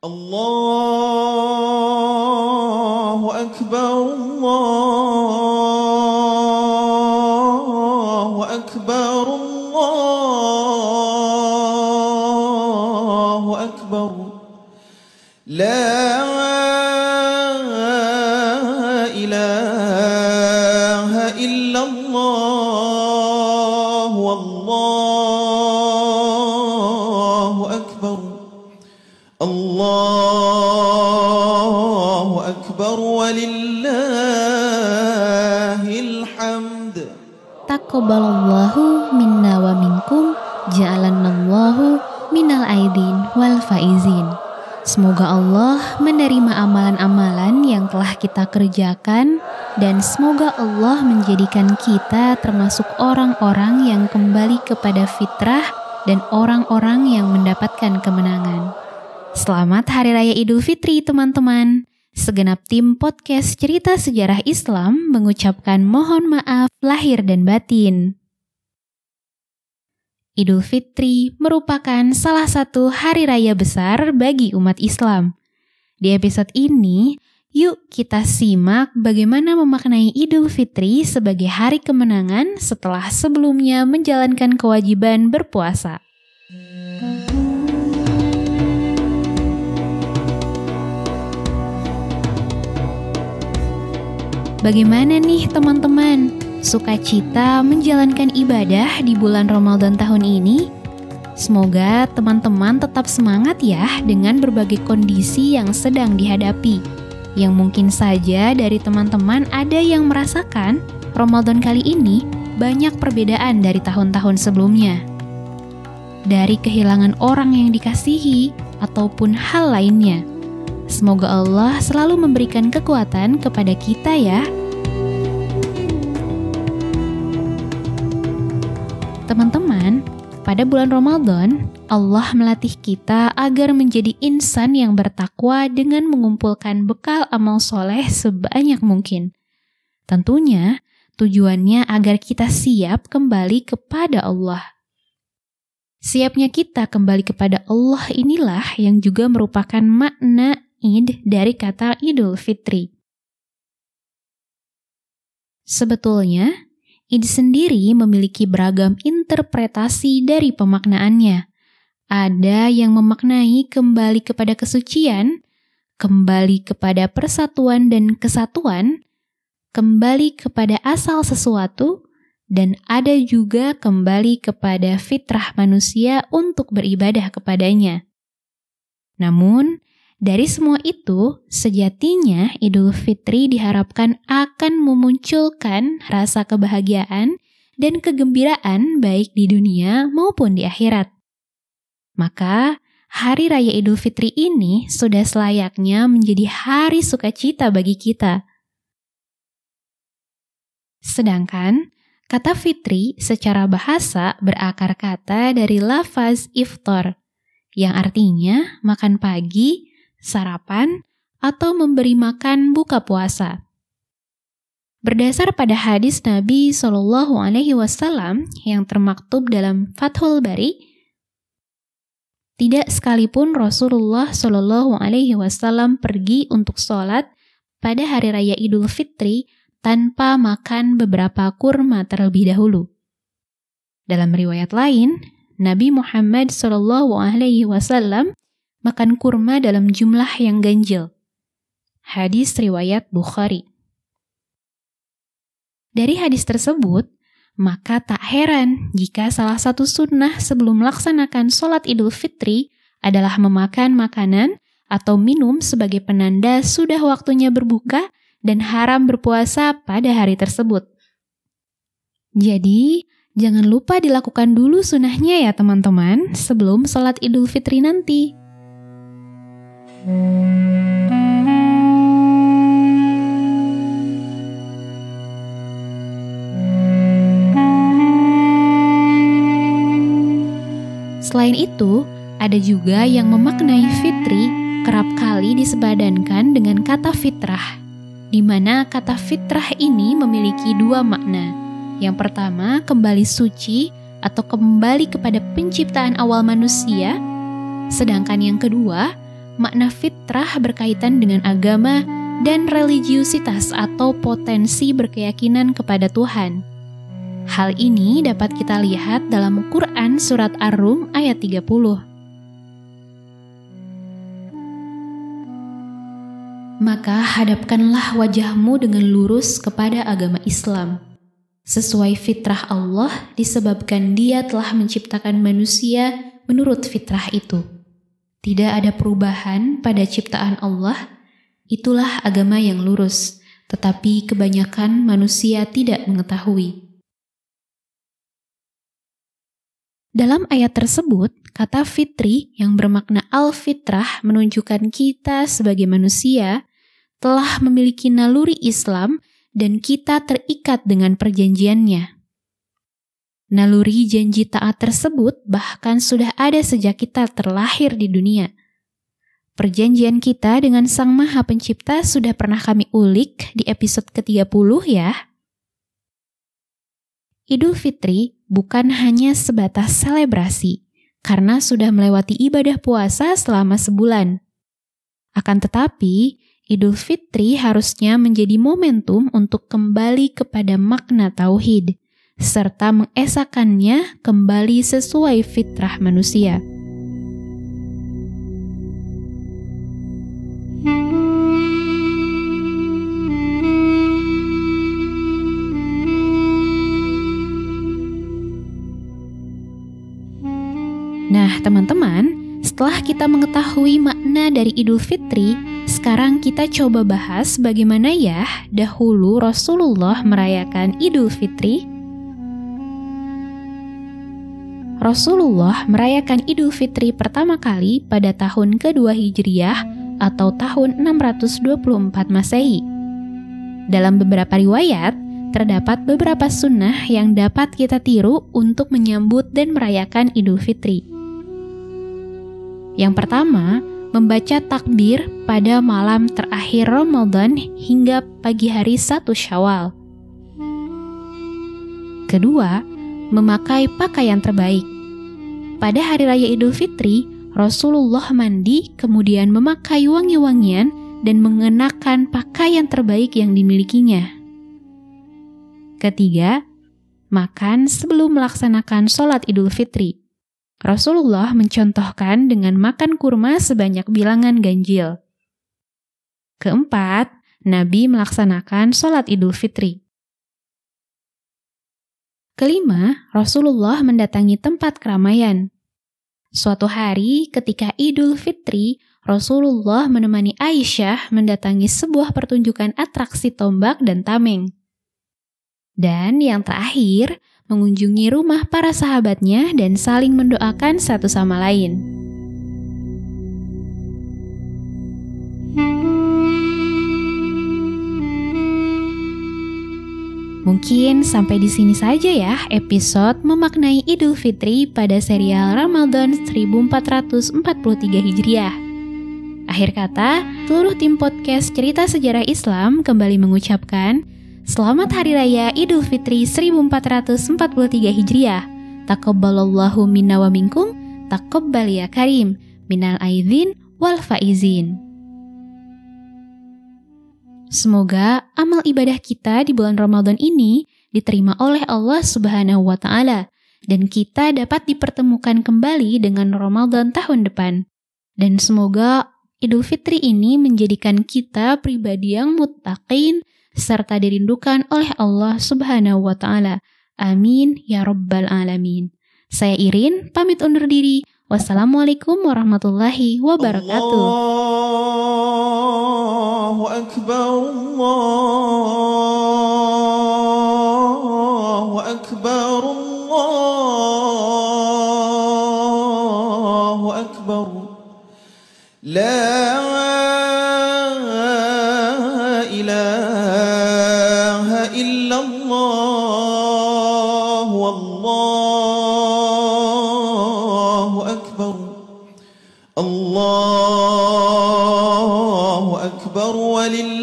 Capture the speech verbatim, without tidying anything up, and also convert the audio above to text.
Allahu Akbar, Allahu Akbar, Allahu Akbar. La ilaha illallah, wallahu akbar. Allahu akbar walillahil hamd. Taqabbalallahu minna wa minkum, ja'alanallahu minal aidin wal faizin. Semoga Allah menerima amalan-amalan yang telah kita kerjakan, dan semoga Allah menjadikan kita termasuk orang-orang yang kembali kepada fitrah dan orang-orang yang mendapatkan kemenangan. Selamat Hari Raya Idul Fitri teman-teman. Segenap tim podcast Cerita Sejarah Islam mengucapkan mohon maaf lahir dan batin. Idul Fitri merupakan salah satu hari raya besar bagi umat Islam. Di episode ini, yuk kita simak bagaimana memaknai Idul Fitri sebagai hari kemenangan setelah sebelumnya menjalankan kewajiban berpuasa. Bagaimana nih teman-teman? Sukacita menjalankan ibadah di bulan Ramadan tahun ini? Semoga teman-teman tetap semangat ya dengan berbagai kondisi yang sedang dihadapi. Yang mungkin saja dari teman-teman ada yang merasakan Ramadan kali ini banyak perbedaan dari tahun-tahun sebelumnya. Dari kehilangan orang yang dikasihi ataupun hal lainnya. Semoga Allah selalu memberikan kekuatan kepada kita ya. Teman-teman, pada bulan Ramadan, Allah melatih kita agar menjadi insan yang bertakwa dengan mengumpulkan bekal amal soleh sebanyak mungkin. Tentunya, tujuannya agar kita siap kembali kepada Allah. Siapnya kita kembali kepada Allah inilah yang juga merupakan makna Id dari kata Idul Fitri. Sebetulnya, Id sendiri memiliki beragam interpretasi dari pemaknaannya. Ada yang memaknai kembali kepada kesucian, kembali kepada persatuan dan kesatuan, kembali kepada asal sesuatu, dan ada juga kembali kepada fitrah manusia untuk beribadah kepadanya. Namun, dari semua itu, sejatinya Idul Fitri diharapkan akan memunculkan rasa kebahagiaan dan kegembiraan baik di dunia maupun di akhirat. Maka, Hari Raya Idul Fitri ini sudah selayaknya menjadi hari sukacita bagi kita. Sedangkan, kata fitri secara bahasa berakar kata dari lafaz iftar, yang artinya makan pagi, sarapan, atau memberi makan buka puasa. Berdasar pada hadis Nabi shallallahu alaihi wasallam yang termaktub dalam Fathul Bari, tidak sekalipun Rasulullah shallallahu alaihi wasallam pergi untuk sholat pada hari raya Idul Fitri tanpa makan beberapa kurma terlebih dahulu. Dalam riwayat lain, Nabi Muhammad shallallahu alaihi wasallam makan kurma dalam jumlah yang ganjil. Hadis riwayat Bukhari. Dari hadis tersebut, maka tak heran jika salah satu sunnah sebelum melaksanakan sholat Idul Fitri adalah memakan makanan atau minum sebagai penanda sudah waktunya berbuka dan haram berpuasa pada hari tersebut. Jadi, jangan lupa dilakukan dulu sunnahnya ya teman-teman sebelum sholat Idul Fitri nanti. Selain itu, ada juga yang memaknai fitri kerap kali disepadankan dengan kata fitrah, di mana kata fitrah ini memiliki dua makna. Yang pertama, kembali suci atau kembali kepada penciptaan awal manusia, sedangkan yang kedua, makna fitrah berkaitan dengan agama dan religiusitas atau potensi berkeyakinan kepada Tuhan. Hal ini dapat kita lihat dalam Quran Surat Ar-Rum ayat tiga puluh. Maka hadapkanlah wajahmu dengan lurus kepada agama Islam, sesuai fitrah Allah disebabkan Dia telah menciptakan manusia menurut fitrah itu. Tidak ada perubahan pada ciptaan Allah, itulah agama yang lurus, tetapi kebanyakan manusia tidak mengetahui. Dalam ayat tersebut, kata fitri yang bermakna al-fitrah menunjukkan kita sebagai manusia telah memiliki naluri Islam dan kita terikat dengan perjanjiannya. Naluri janji taat tersebut bahkan sudah ada sejak kita terlahir di dunia. Perjanjian kita dengan Sang Maha Pencipta sudah pernah kami ulik di episode ke tiga puluh ya. Idul Fitri bukan hanya sebatas selebrasi, karena sudah melewati ibadah puasa selama sebulan. Akan tetapi, Idul Fitri harusnya menjadi momentum untuk kembali kepada makna tauhid, serta mengesakannya kembali sesuai fitrah manusia. Nah, teman-teman, setelah kita mengetahui makna dari Idul Fitri, sekarang kita coba bahas bagaimana ya dahulu Rasulullah merayakan Idul Fitri. Rasulullah merayakan Idul Fitri pertama kali pada tahun kedua Hijriah atau tahun enam ratus dua puluh empat Masehi. Dalam beberapa riwayat, terdapat beberapa sunnah yang dapat kita tiru untuk menyambut dan merayakan Idul Fitri. Yang pertama, membaca takbir pada malam terakhir Ramadan hingga pagi hari satu Syawal. Kedua, memakai pakaian terbaik. Pada hari raya Idul Fitri, Rasulullah mandi kemudian memakai wangi-wangian dan mengenakan pakaian terbaik yang dimilikinya. Ketiga, makan sebelum melaksanakan sholat Idul Fitri. Rasulullah mencontohkan dengan makan kurma sebanyak bilangan ganjil. Keempat, Nabi melaksanakan sholat Idul Fitri. Kelima, Rasulullah mendatangi tempat keramaian. Suatu hari ketika Idul Fitri, Rasulullah menemani Aisyah mendatangi sebuah pertunjukan atraksi tombak dan tameng. Dan yang terakhir, mengunjungi rumah para sahabatnya dan saling mendoakan satu sama lain. Mungkin sampai di sini saja ya episode memaknai Idul Fitri pada serial Ramadan seribu empat ratus empat puluh tiga Hijriah. Akhir kata, seluruh tim podcast Cerita Sejarah Islam kembali mengucapkan Selamat Hari Raya Idul Fitri seribu empat ratus empat puluh tiga Hijriah. Taqabbalallahu minna wa minkum, taqabbal ya karim, minal aidin wal faizin. Semoga amal ibadah kita di bulan Ramadan ini diterima oleh Allah Subhanahu wa Ta'ala dan kita dapat dipertemukan kembali dengan Ramadan tahun depan. Dan semoga Idul Fitri ini menjadikan kita pribadi yang muttaqin serta dirindukan oleh Allah Subhanahu wa Ta'ala. Amin ya rabbal alamin. Saya Irin, pamit undur diri. Wassalamualaikum warahmatullahi wabarakatuh. Allahu Akbar, Allahu Akbar, Allahu Akbar. La Allahu Akbar walillah